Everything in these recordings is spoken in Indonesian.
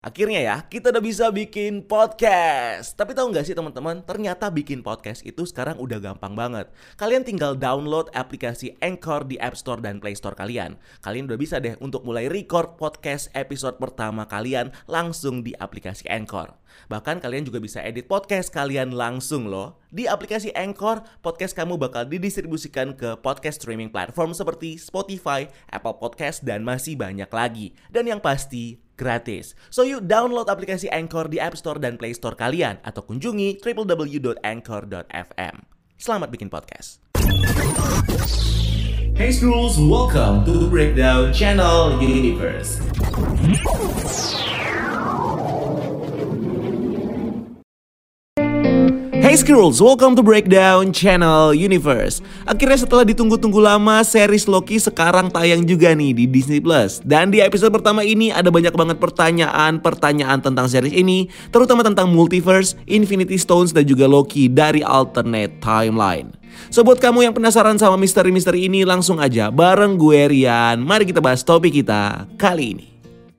Akhirnya ya, kita udah bisa bikin podcast. Tapi tahu nggak sih teman-teman, ternyata bikin podcast itu sekarang udah gampang banget. Kalian tinggal download aplikasi Anchor di App Store dan Play Store kalian. Kalian udah bisa deh untuk mulai record podcast episode pertama kalian langsung di aplikasi Anchor. Bahkan kalian juga bisa edit podcast kalian langsung loh. Di aplikasi Anchor, podcast kamu bakal didistribusikan ke podcast streaming platform seperti Spotify, Apple Podcast, dan masih banyak lagi. Dan yang pasti, gratis. So you download aplikasi Anchor di App Store dan Play Store kalian atau kunjungi www.anchor.fm. Selamat bikin podcast. Hey Skrulls, welcome to the Breakdown Channel Universe. Hey Skrulls, welcome to Breakdown Channel Universe. Akhirnya setelah ditunggu-tunggu lama, series Loki sekarang tayang juga nih di Disney Plus. Dan di episode pertama ini ada banyak banget pertanyaan tentang series ini, terutama tentang multiverse, Infinity Stones, dan juga Loki dari alternate timeline. So buat kamu yang penasaran sama misteri-misteri ini, langsung aja bareng gue Rian, mari kita bahas topik kita kali ini.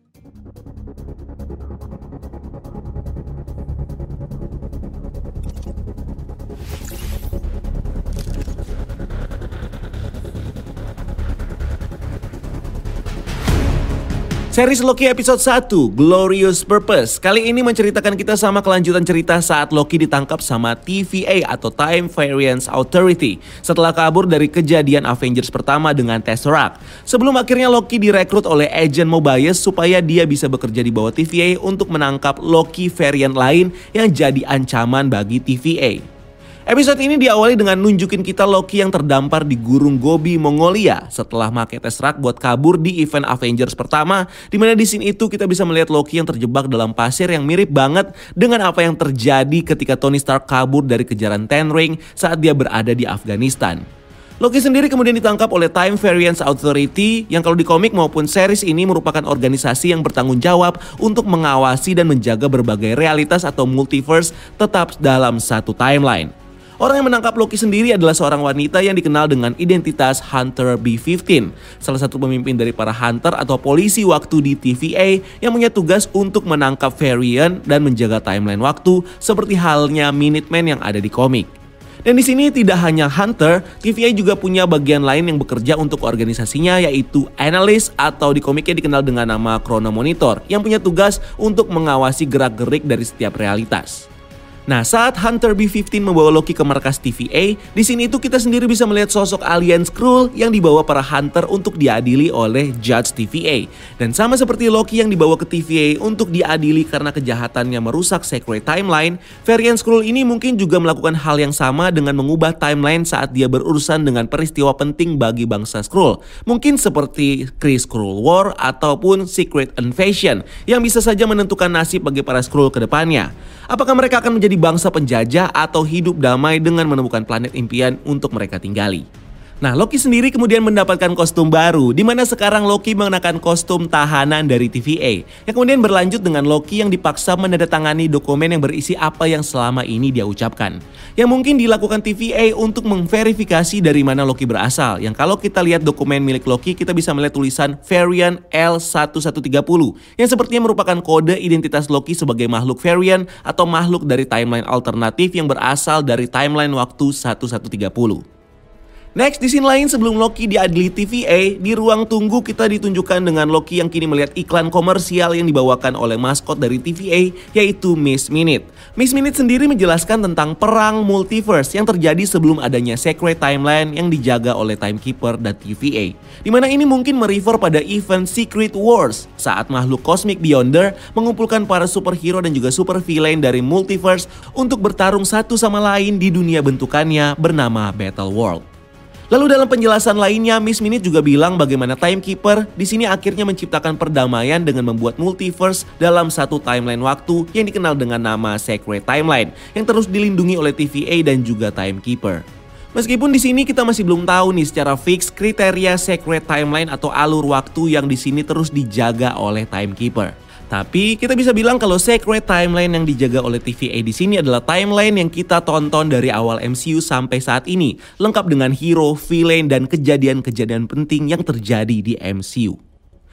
Series Loki episode 1, Glorious Purpose. Kali ini menceritakan kita sama kelanjutan cerita saat Loki ditangkap sama TVA atau Time Variance Authority setelah kabur dari kejadian Avengers pertama dengan Tesseract. Sebelum akhirnya Loki direkrut oleh Agent Mobius supaya dia bisa bekerja di bawah TVA untuk menangkap Loki variant lain yang jadi ancaman bagi TVA. Episode ini diawali dengan nunjukin kita Loki yang terdampar di Gurun Gobi, Mongolia setelah make Tesseract buat kabur di event Avengers pertama, di mana di scene itu kita bisa melihat Loki yang terjebak dalam pasir yang mirip banget dengan apa yang terjadi ketika Tony Stark kabur dari kejaran Ten Ring saat dia berada di Afghanistan. Loki sendiri kemudian ditangkap oleh Time Variance Authority yang kalau di komik maupun series ini merupakan organisasi yang bertanggung jawab untuk mengawasi dan menjaga berbagai realitas atau multiverse tetap dalam satu timeline. Orang yang menangkap Loki sendiri adalah seorang wanita yang dikenal dengan identitas Hunter B-15, salah satu pemimpin dari para Hunter atau polisi waktu di TVA yang punya tugas untuk menangkap variant dan menjaga timeline waktu seperti halnya Minutemen yang ada di komik. Dan di sini tidak hanya Hunter, TVA juga punya bagian lain yang bekerja untuk organisasinya, yaitu Analyst atau di komiknya dikenal dengan nama Chrono Monitor yang punya tugas untuk mengawasi gerak-gerik dari setiap realitas. Nah, saat Hunter B-15 membawa Loki ke markas TVA, di sini itu kita sendiri bisa melihat sosok alien Skrull yang dibawa para Hunter untuk diadili oleh Judge TVA. Dan sama seperti Loki yang dibawa ke TVA untuk diadili karena kejahatannya merusak Sacred Timeline, variant Skrull ini mungkin juga melakukan hal yang sama dengan mengubah timeline saat dia berurusan dengan peristiwa penting bagi bangsa Skrull. Mungkin seperti Kree Skrull War ataupun Secret Invasion yang bisa saja menentukan nasib bagi para Skrull ke depannya. Apakah mereka akan menjadi bangsa penjajah atau hidup damai dengan menemukan planet impian untuk mereka tinggali? Nah, Loki sendiri kemudian mendapatkan kostum baru, di mana sekarang Loki mengenakan kostum tahanan dari TVA, yang kemudian berlanjut dengan Loki yang dipaksa menandatangani dokumen yang berisi apa yang selama ini dia ucapkan. Yang mungkin dilakukan TVA untuk memverifikasi dari mana Loki berasal, yang kalau kita lihat dokumen milik Loki, kita bisa melihat tulisan Variant L1130, yang sepertinya merupakan kode identitas Loki sebagai makhluk variant atau makhluk dari timeline alternatif yang berasal dari timeline waktu 1130. Next, di scene lain sebelum Loki diadili TVA, di ruang tunggu kita ditunjukkan dengan Loki yang kini melihat iklan komersial yang dibawakan oleh maskot dari TVA, yaitu Miss Minute. Miss Minute sendiri menjelaskan tentang perang multiverse yang terjadi sebelum adanya Sacred Timeline yang dijaga oleh Timekeeper dan TVA. Dimana ini mungkin merefer pada event Secret Wars, saat makhluk Cosmic Beyonder mengumpulkan para superhero dan juga super villain dari multiverse untuk bertarung satu sama lain di dunia bentukannya bernama Battle World. Lalu dalam penjelasan lainnya, Miss Minute juga bilang bagaimana Timekeeper di sini akhirnya menciptakan perdamaian dengan membuat multiverse dalam satu timeline waktu yang dikenal dengan nama Sacred Timeline yang terus dilindungi oleh TVA dan juga Timekeeper. Meskipun di sini kita masih belum tahu nih secara fix kriteria Sacred Timeline atau alur waktu yang di sini terus dijaga oleh Timekeeper. Tapi kita bisa bilang kalau Sacred Timeline yang dijaga oleh TVA di sini adalah timeline yang kita tonton dari awal MCU sampai saat ini, lengkap dengan hero, villain, dan kejadian-kejadian penting yang terjadi di MCU.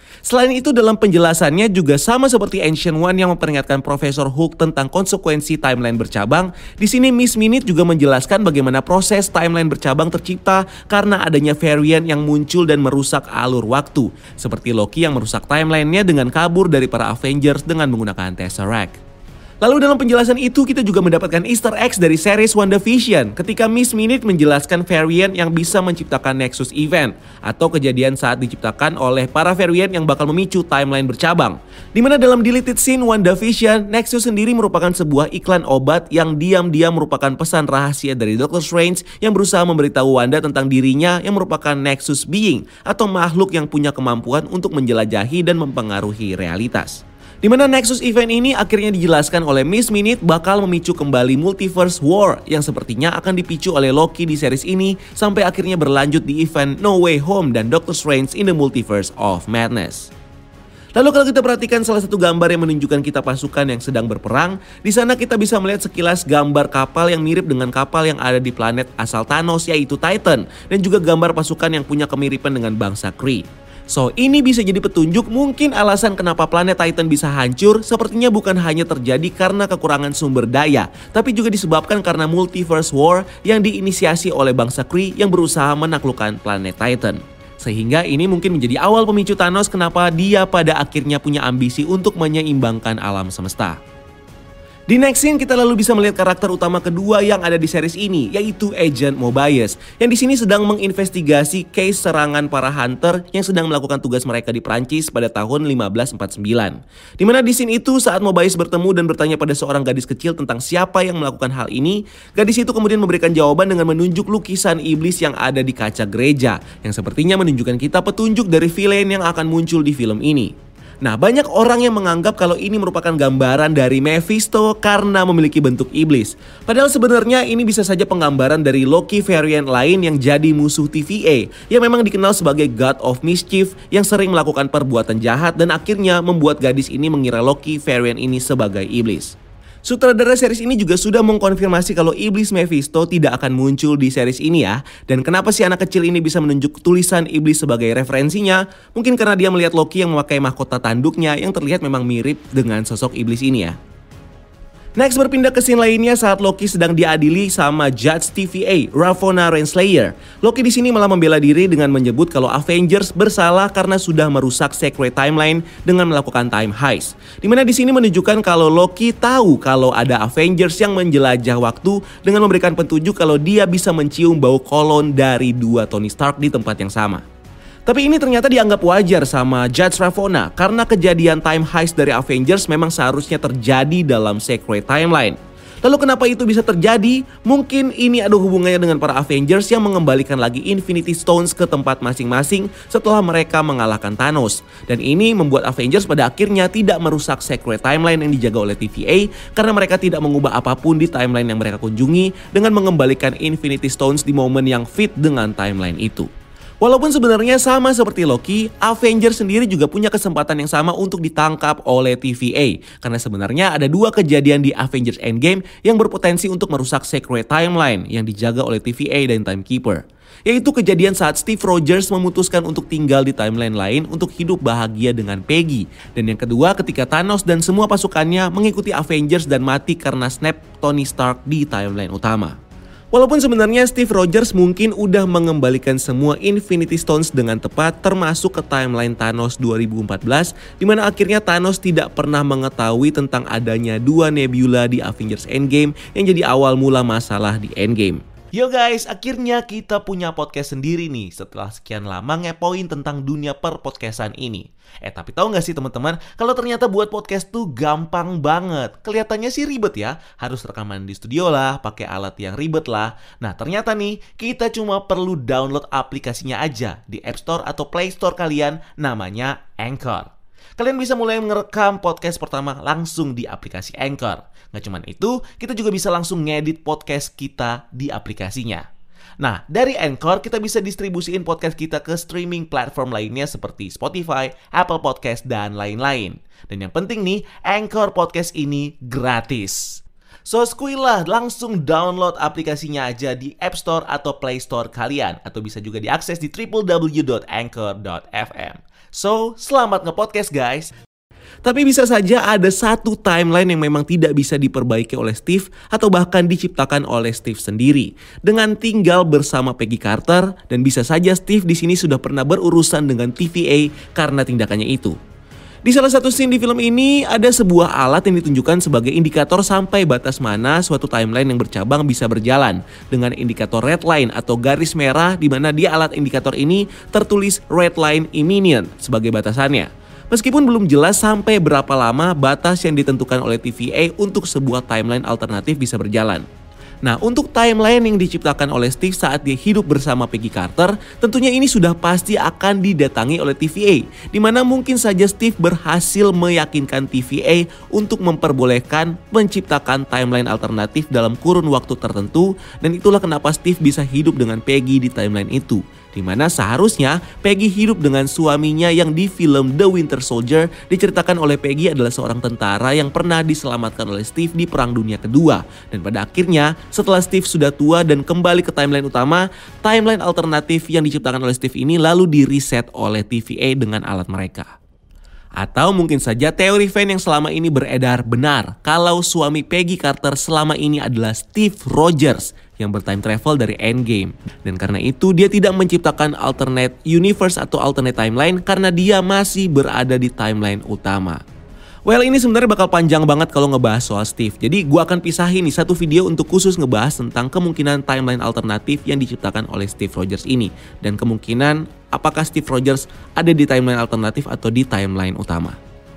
Selain itu dalam penjelasannya juga sama seperti Ancient One yang memperingatkan Profesor Hulk tentang konsekuensi timeline bercabang. Di sini Miss Minute juga menjelaskan bagaimana proses timeline bercabang tercipta karena adanya varian yang muncul dan merusak alur waktu. Seperti Loki yang merusak timelinenya dengan kabur dari para Avengers dengan menggunakan Tesseract. Lalu dalam penjelasan itu kita juga mendapatkan Easter eggs dari series WandaVision ketika Miss Minute menjelaskan variant yang bisa menciptakan Nexus Event atau kejadian saat diciptakan oleh para variant yang bakal memicu timeline bercabang. Dimana dalam deleted scene WandaVision, Nexus sendiri merupakan sebuah iklan obat yang diam-diam merupakan pesan rahasia dari Doctor Strange yang berusaha memberitahu Wanda tentang dirinya yang merupakan Nexus Being atau makhluk yang punya kemampuan untuk menjelajahi dan mempengaruhi realitas. Di mana Nexus Event ini akhirnya dijelaskan oleh Miss Minute bakal memicu kembali Multiverse War yang sepertinya akan dipicu oleh Loki di series ini sampai akhirnya berlanjut di event No Way Home dan Doctor Strange in the Multiverse of Madness. Lalu kalau kita perhatikan salah satu gambar yang menunjukkan kita pasukan yang sedang berperang, di sana kita bisa melihat sekilas gambar kapal yang mirip dengan kapal yang ada di planet asal Thanos yaitu Titan dan juga gambar pasukan yang punya kemiripan dengan bangsa Kree. So, ini bisa jadi petunjuk mungkin alasan kenapa planet Titan bisa hancur sepertinya bukan hanya terjadi karena kekurangan sumber daya, tapi juga disebabkan karena Multiverse War yang diinisiasi oleh bangsa Kree yang berusaha menaklukkan planet Titan. Sehingga ini mungkin menjadi awal pemicu Thanos kenapa dia pada akhirnya punya ambisi untuk menyeimbangkan alam semesta. Di next scene kita lalu bisa melihat karakter utama kedua yang ada di series ini, yaitu Agent Mobius, yang di sini sedang menginvestigasi case serangan para hunter yang sedang melakukan tugas mereka di Prancis pada tahun 1549. Dimana di scene itu saat Mobius bertemu dan bertanya pada seorang gadis kecil tentang siapa yang melakukan hal ini, gadis itu kemudian memberikan jawaban dengan menunjuk lukisan iblis yang ada di kaca gereja, yang sepertinya menunjukkan kita petunjuk dari villain yang akan muncul di film ini. Nah, banyak orang yang menganggap kalau ini merupakan gambaran dari Mephisto karena memiliki bentuk iblis. Padahal sebenarnya ini bisa saja penggambaran dari Loki variant lain yang jadi musuh TVA, yang memang dikenal sebagai God of Mischief yang sering melakukan perbuatan jahat dan akhirnya membuat gadis ini mengira Loki variant ini sebagai iblis. Sutradara series ini juga sudah mengkonfirmasi kalau iblis Mephisto tidak akan muncul di series ini ya. Dan kenapa si anak kecil ini bisa menunjuk tulisan iblis sebagai referensinya? Mungkin karena dia melihat Loki yang memakai mahkota tanduknya yang terlihat memang mirip dengan sosok iblis ini ya. Next berpindah ke scene lainnya saat Loki sedang diadili sama Judge TVA, Ravonna Renslayer. Loki di sini malah membela diri dengan menyebut kalau Avengers bersalah karena sudah merusak Sacred Timeline dengan melakukan time heist. Dimana di sini menunjukkan kalau Loki tahu kalau ada Avengers yang menjelajah waktu dengan memberikan petunjuk kalau dia bisa mencium bau kolon dari dua Tony Stark di tempat yang sama. Tapi ini ternyata dianggap wajar sama Judge Ravonna karena kejadian time heist dari Avengers memang seharusnya terjadi dalam Sacred Timeline. Lalu kenapa itu bisa terjadi? Mungkin ini ada hubungannya dengan para Avengers yang mengembalikan lagi Infinity Stones ke tempat masing-masing setelah mereka mengalahkan Thanos. Dan ini membuat Avengers pada akhirnya tidak merusak Sacred Timeline yang dijaga oleh TVA karena mereka tidak mengubah apapun di timeline yang mereka kunjungi dengan mengembalikan Infinity Stones di momen yang fit dengan timeline itu. Walaupun sebenarnya sama seperti Loki, Avengers sendiri juga punya kesempatan yang sama untuk ditangkap oleh TVA. Karena sebenarnya ada dua kejadian di Avengers Endgame yang berpotensi untuk merusak Sacred Timeline yang dijaga oleh TVA dan Timekeeper. Yaitu kejadian saat Steve Rogers memutuskan untuk tinggal di timeline lain untuk hidup bahagia dengan Peggy. Dan yang kedua ketika Thanos dan semua pasukannya mengikuti Avengers dan mati karena snap Tony Stark di timeline utama. Walaupun sebenarnya Steve Rogers mungkin udah mengembalikan semua Infinity Stones dengan tepat termasuk ke timeline Thanos 2014 di mana akhirnya Thanos tidak pernah mengetahui tentang adanya dua nebula di Avengers Endgame yang jadi awal mula masalah di Endgame. Yo guys, akhirnya kita punya podcast sendiri nih setelah sekian lama ngepoin tentang dunia per-podcastan ini. Tapi tahu gak sih teman-teman, kalau ternyata buat podcast tuh gampang banget. Kelihatannya sih ribet ya, harus rekaman di studio lah, pakai alat yang ribet lah. Nah ternyata nih, kita cuma perlu download aplikasinya aja di App Store atau Play Store kalian, namanya Anchor. Kalian bisa mulai ngerekam podcast pertama langsung di aplikasi Anchor. Nggak cuman itu, kita juga bisa langsung ngedit podcast kita di aplikasinya. Nah, dari Anchor kita bisa distribusiin podcast kita ke streaming platform lainnya seperti Spotify, Apple Podcast, dan lain-lain. Dan yang penting nih, Anchor Podcast ini gratis. So, skuilah langsung download aplikasinya aja di App Store atau Play Store kalian. Atau bisa juga diakses di www.anchor.fm. So, selamat nge-podcast guys. Tapi bisa saja ada satu timeline yang memang tidak bisa diperbaiki oleh Steve atau bahkan diciptakan oleh Steve sendiri dengan tinggal bersama Peggy Carter, dan bisa saja Steve di sini sudah pernah berurusan dengan TVA karena tindakannya itu. Di salah satu scene di film ini ada sebuah alat yang ditunjukkan sebagai indikator sampai batas mana suatu timeline yang bercabang bisa berjalan dengan indikator red line atau garis merah, di mana di alat indikator ini tertulis red line imminent sebagai batasannya. Meskipun belum jelas sampai berapa lama batas yang ditentukan oleh TVA untuk sebuah timeline alternatif bisa berjalan. Nah, untuk timeline yang diciptakan oleh Steve saat dia hidup bersama Peggy Carter, tentunya ini sudah pasti akan didatangi oleh TVA, di mana mungkin saja Steve berhasil meyakinkan TVA untuk memperbolehkan menciptakan timeline alternatif dalam kurun waktu tertentu, dan itulah kenapa Steve bisa hidup dengan Peggy di timeline itu. Di mana seharusnya Peggy hidup dengan suaminya yang di film The Winter Soldier diceritakan oleh Peggy adalah seorang tentara yang pernah diselamatkan oleh Steve di Perang Dunia Kedua. Dan pada akhirnya setelah Steve sudah tua dan kembali ke timeline utama, timeline alternatif yang diciptakan oleh Steve ini lalu di-reset oleh TVA dengan alat mereka. Atau mungkin saja teori fan yang selama ini beredar benar kalau suami Peggy Carter selama ini adalah Steve Rogers yang bertime travel dari Endgame. Dan karena itu dia tidak menciptakan alternate universe atau alternate timeline karena dia masih berada di timeline utama. Well, ini sebenarnya bakal panjang banget kalau ngebahas soal Steve. Jadi gua akan pisahin nih satu video untuk khusus ngebahas tentang kemungkinan timeline alternatif yang diciptakan oleh Steve Rogers ini. Dan kemungkinan apakah Steve Rogers ada di timeline alternatif atau di timeline utama.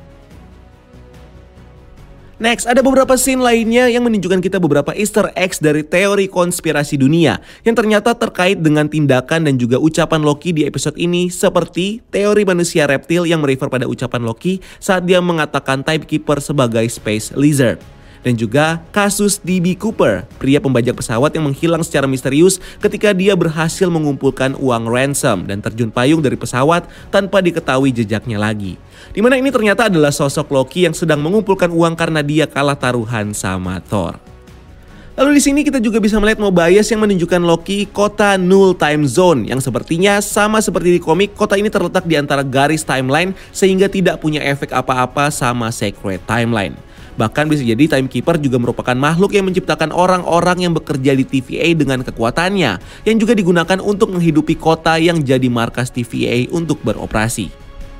Next, ada beberapa scene lainnya yang menunjukkan kita beberapa Easter eggs dari teori konspirasi dunia yang ternyata terkait dengan tindakan dan juga ucapan Loki di episode ini, seperti teori manusia reptil yang merefer pada ucapan Loki saat dia mengatakan Timekeeper sebagai Space Lizard. Dan juga kasus DB Cooper, pria pembajak pesawat yang menghilang secara misterius ketika dia berhasil mengumpulkan uang ransom dan terjun payung dari pesawat tanpa diketahui jejaknya lagi. Dimana ini ternyata adalah sosok Loki yang sedang mengumpulkan uang karena dia kalah taruhan sama Thor. Lalu di sini kita juga bisa melihat Mobius yang menunjukkan Loki kota Null Time Zone yang sepertinya sama seperti di komik, kota ini terletak di antara garis timeline sehingga tidak punya efek apa-apa sama Sacred Timeline. Bahkan bisa jadi Timekeeper juga merupakan makhluk yang menciptakan orang-orang yang bekerja di TVA dengan kekuatannya, yang juga digunakan untuk menghidupi kota yang jadi markas TVA untuk beroperasi.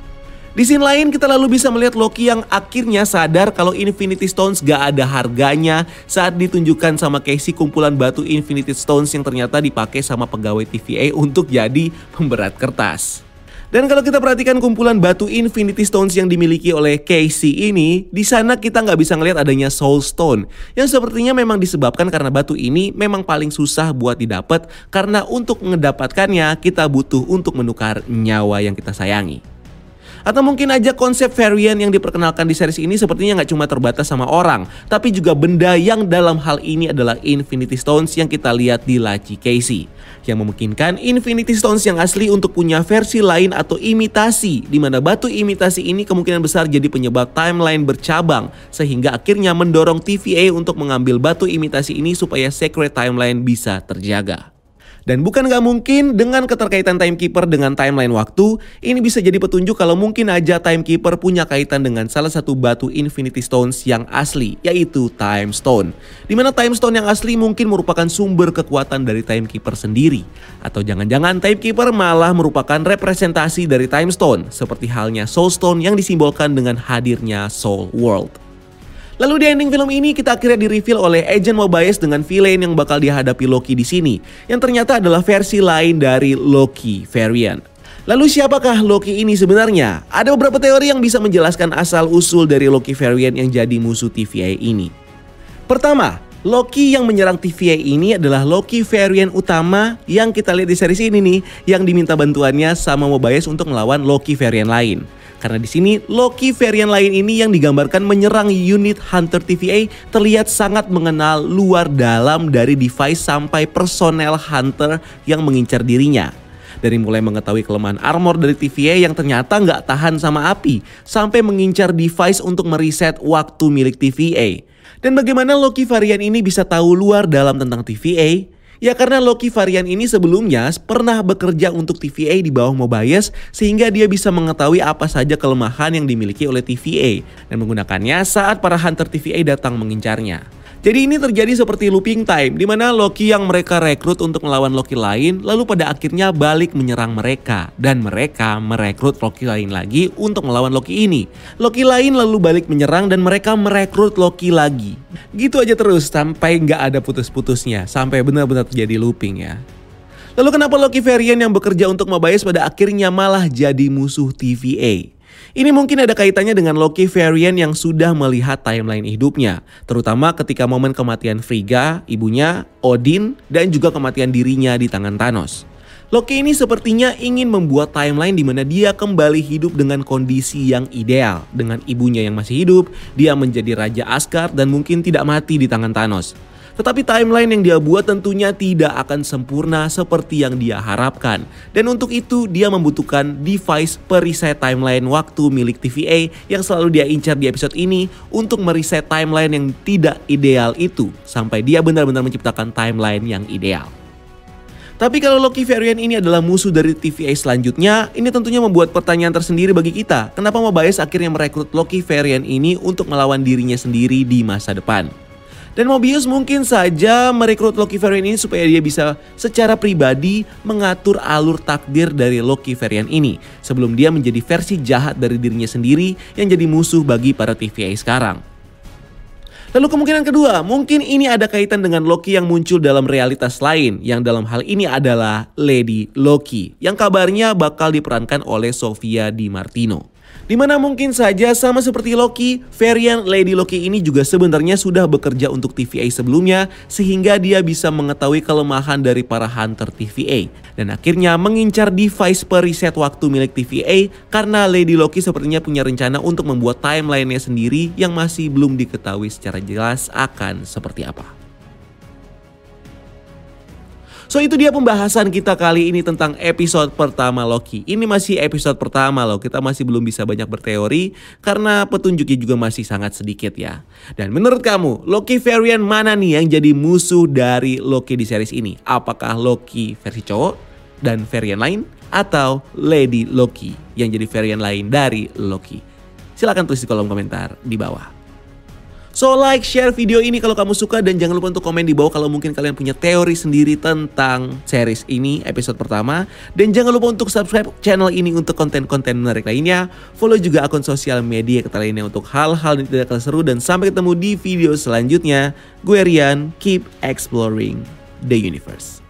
Di scene lain kita lalu bisa melihat Loki yang akhirnya sadar kalau Infinity Stones gak ada harganya saat ditunjukkan sama Casey kumpulan batu Infinity Stones yang ternyata dipakai sama pegawai TVA untuk jadi pemberat kertas. Dan kalau kita perhatikan kumpulan batu Infinity Stones yang dimiliki oleh Casey ini, di sana kita nggak bisa ngelihat adanya Soul Stone, yang sepertinya memang disebabkan karena batu ini memang paling susah buat didapat karena untuk mendapatkannya kita butuh untuk menukar nyawa yang kita sayangi. Atau mungkin aja konsep variant yang diperkenalkan di series ini sepertinya nggak cuma terbatas sama orang, tapi juga benda yang dalam hal ini adalah Infinity Stones yang kita lihat di laci Casey. Yang memungkinkan Infinity Stones yang asli untuk punya versi lain atau imitasi, di mana batu imitasi ini kemungkinan besar jadi penyebab timeline bercabang, sehingga akhirnya mendorong TVA untuk mengambil batu imitasi ini supaya Sacred Timeline bisa terjaga. Dan bukan gak mungkin dengan keterkaitan Timekeeper dengan timeline waktu, ini bisa jadi petunjuk kalau mungkin aja Timekeeper punya kaitan dengan salah satu batu Infinity Stones yang asli, yaitu Time Stone. Dimana Time Stone yang asli mungkin merupakan sumber kekuatan dari Timekeeper sendiri. Atau jangan-jangan Timekeeper malah merupakan representasi dari Time Stone, seperti halnya Soul Stone yang disimbolkan dengan hadirnya Soul World. Lalu di ending film ini kita akhirnya di-reveal oleh Agent Mobius dengan villain yang bakal dihadapi Loki di sini, yang ternyata adalah versi lain dari Loki variant. Lalu siapakah Loki ini sebenarnya? Ada beberapa teori yang bisa menjelaskan asal-usul dari Loki variant yang jadi musuh TVA ini. Pertama, Loki yang menyerang TVA ini adalah Loki variant utama yang kita lihat di series ini nih, yang diminta bantuannya sama Mobius untuk melawan Loki variant lain. Karena di sini Loki variant lain ini yang digambarkan menyerang unit Hunter TVA terlihat sangat mengenal luar dalam dari device sampai personel Hunter yang mengincar dirinya. Dari mulai mengetahui kelemahan armor dari TVA yang ternyata nggak tahan sama api, sampai mengincar device untuk mereset waktu milik TVA. Dan bagaimana Loki varian ini bisa tahu luar dalam tentang TVA? Ya karena Loki varian ini sebelumnya pernah bekerja untuk TVA di bawah Mobius sehingga dia bisa mengetahui apa saja kelemahan yang dimiliki oleh TVA dan menggunakannya saat para hunter TVA datang mengincarnya. Jadi ini terjadi seperti looping time di mana Loki yang mereka rekrut untuk melawan Loki lain lalu pada akhirnya balik menyerang mereka dan mereka merekrut Loki lain lagi untuk melawan Loki ini. Loki lain lalu balik menyerang dan mereka merekrut Loki lagi. Gitu aja terus sampai nggak ada putus-putusnya, sampai benar-benar terjadi looping ya. Lalu kenapa Loki varian yang bekerja untuk Mobius pada akhirnya malah jadi musuh TVA? Ini mungkin ada kaitannya dengan Loki varian yang sudah melihat timeline hidupnya, terutama ketika momen kematian Frigga, ibunya, Odin, dan juga kematian dirinya di tangan Thanos. Loki ini sepertinya ingin membuat timeline di mana dia kembali hidup dengan kondisi yang ideal. Dengan ibunya yang masih hidup, dia menjadi Raja Asgard dan mungkin tidak mati di tangan Thanos. Tetapi timeline yang dia buat tentunya tidak akan sempurna seperti yang dia harapkan. Dan untuk itu dia membutuhkan device periset timeline waktu milik TVA yang selalu dia incar di episode ini untuk mereset timeline yang tidak ideal itu sampai dia benar-benar menciptakan timeline yang ideal. Tapi kalau Loki varian ini adalah musuh dari TVA selanjutnya, ini tentunya membuat pertanyaan tersendiri bagi kita. Kenapa Mobius akhirnya merekrut Loki varian ini untuk melawan dirinya sendiri di masa depan? Dan Mobius mungkin saja merekrut Loki varian ini supaya dia bisa secara pribadi mengatur alur takdir dari Loki varian ini sebelum dia menjadi versi jahat dari dirinya sendiri yang jadi musuh bagi para TVA sekarang. Lalu kemungkinan kedua, mungkin ini ada kaitan dengan Loki yang muncul dalam realitas lain yang dalam hal ini adalah Lady Loki yang kabarnya bakal diperankan oleh Sofia Di Martino. Dimana mungkin saja sama seperti Loki, varian Lady Loki ini juga sebenarnya sudah bekerja untuk TVA sebelumnya sehingga dia bisa mengetahui kelemahan dari para hunter TVA dan akhirnya mengincar device periset waktu milik TVA karena Lady Loki sepertinya punya rencana untuk membuat timeline-nya sendiri yang masih belum diketahui secara jelas akan seperti apa. So itu dia pembahasan kita kali ini tentang episode pertama Loki. Ini masih episode pertama loh, kita masih belum bisa banyak berteori karena petunjuknya juga masih sangat sedikit ya. Dan menurut kamu, Loki varian mana nih yang jadi musuh dari Loki di series ini? Apakah Loki versi cowok dan varian lain? Atau Lady Loki yang jadi varian lain dari Loki? Silahkan tulis di kolom komentar di bawah. So like, share video ini kalau kamu suka dan jangan lupa untuk komen di bawah kalau mungkin kalian punya teori sendiri tentang series ini episode pertama. Dan jangan lupa untuk subscribe channel ini untuk konten-konten menarik lainnya. Follow juga akun sosial media kita lainnya untuk hal-hal yang tidak kalah seru. Dan sampai ketemu di video selanjutnya. Gue Rian, keep exploring the universe.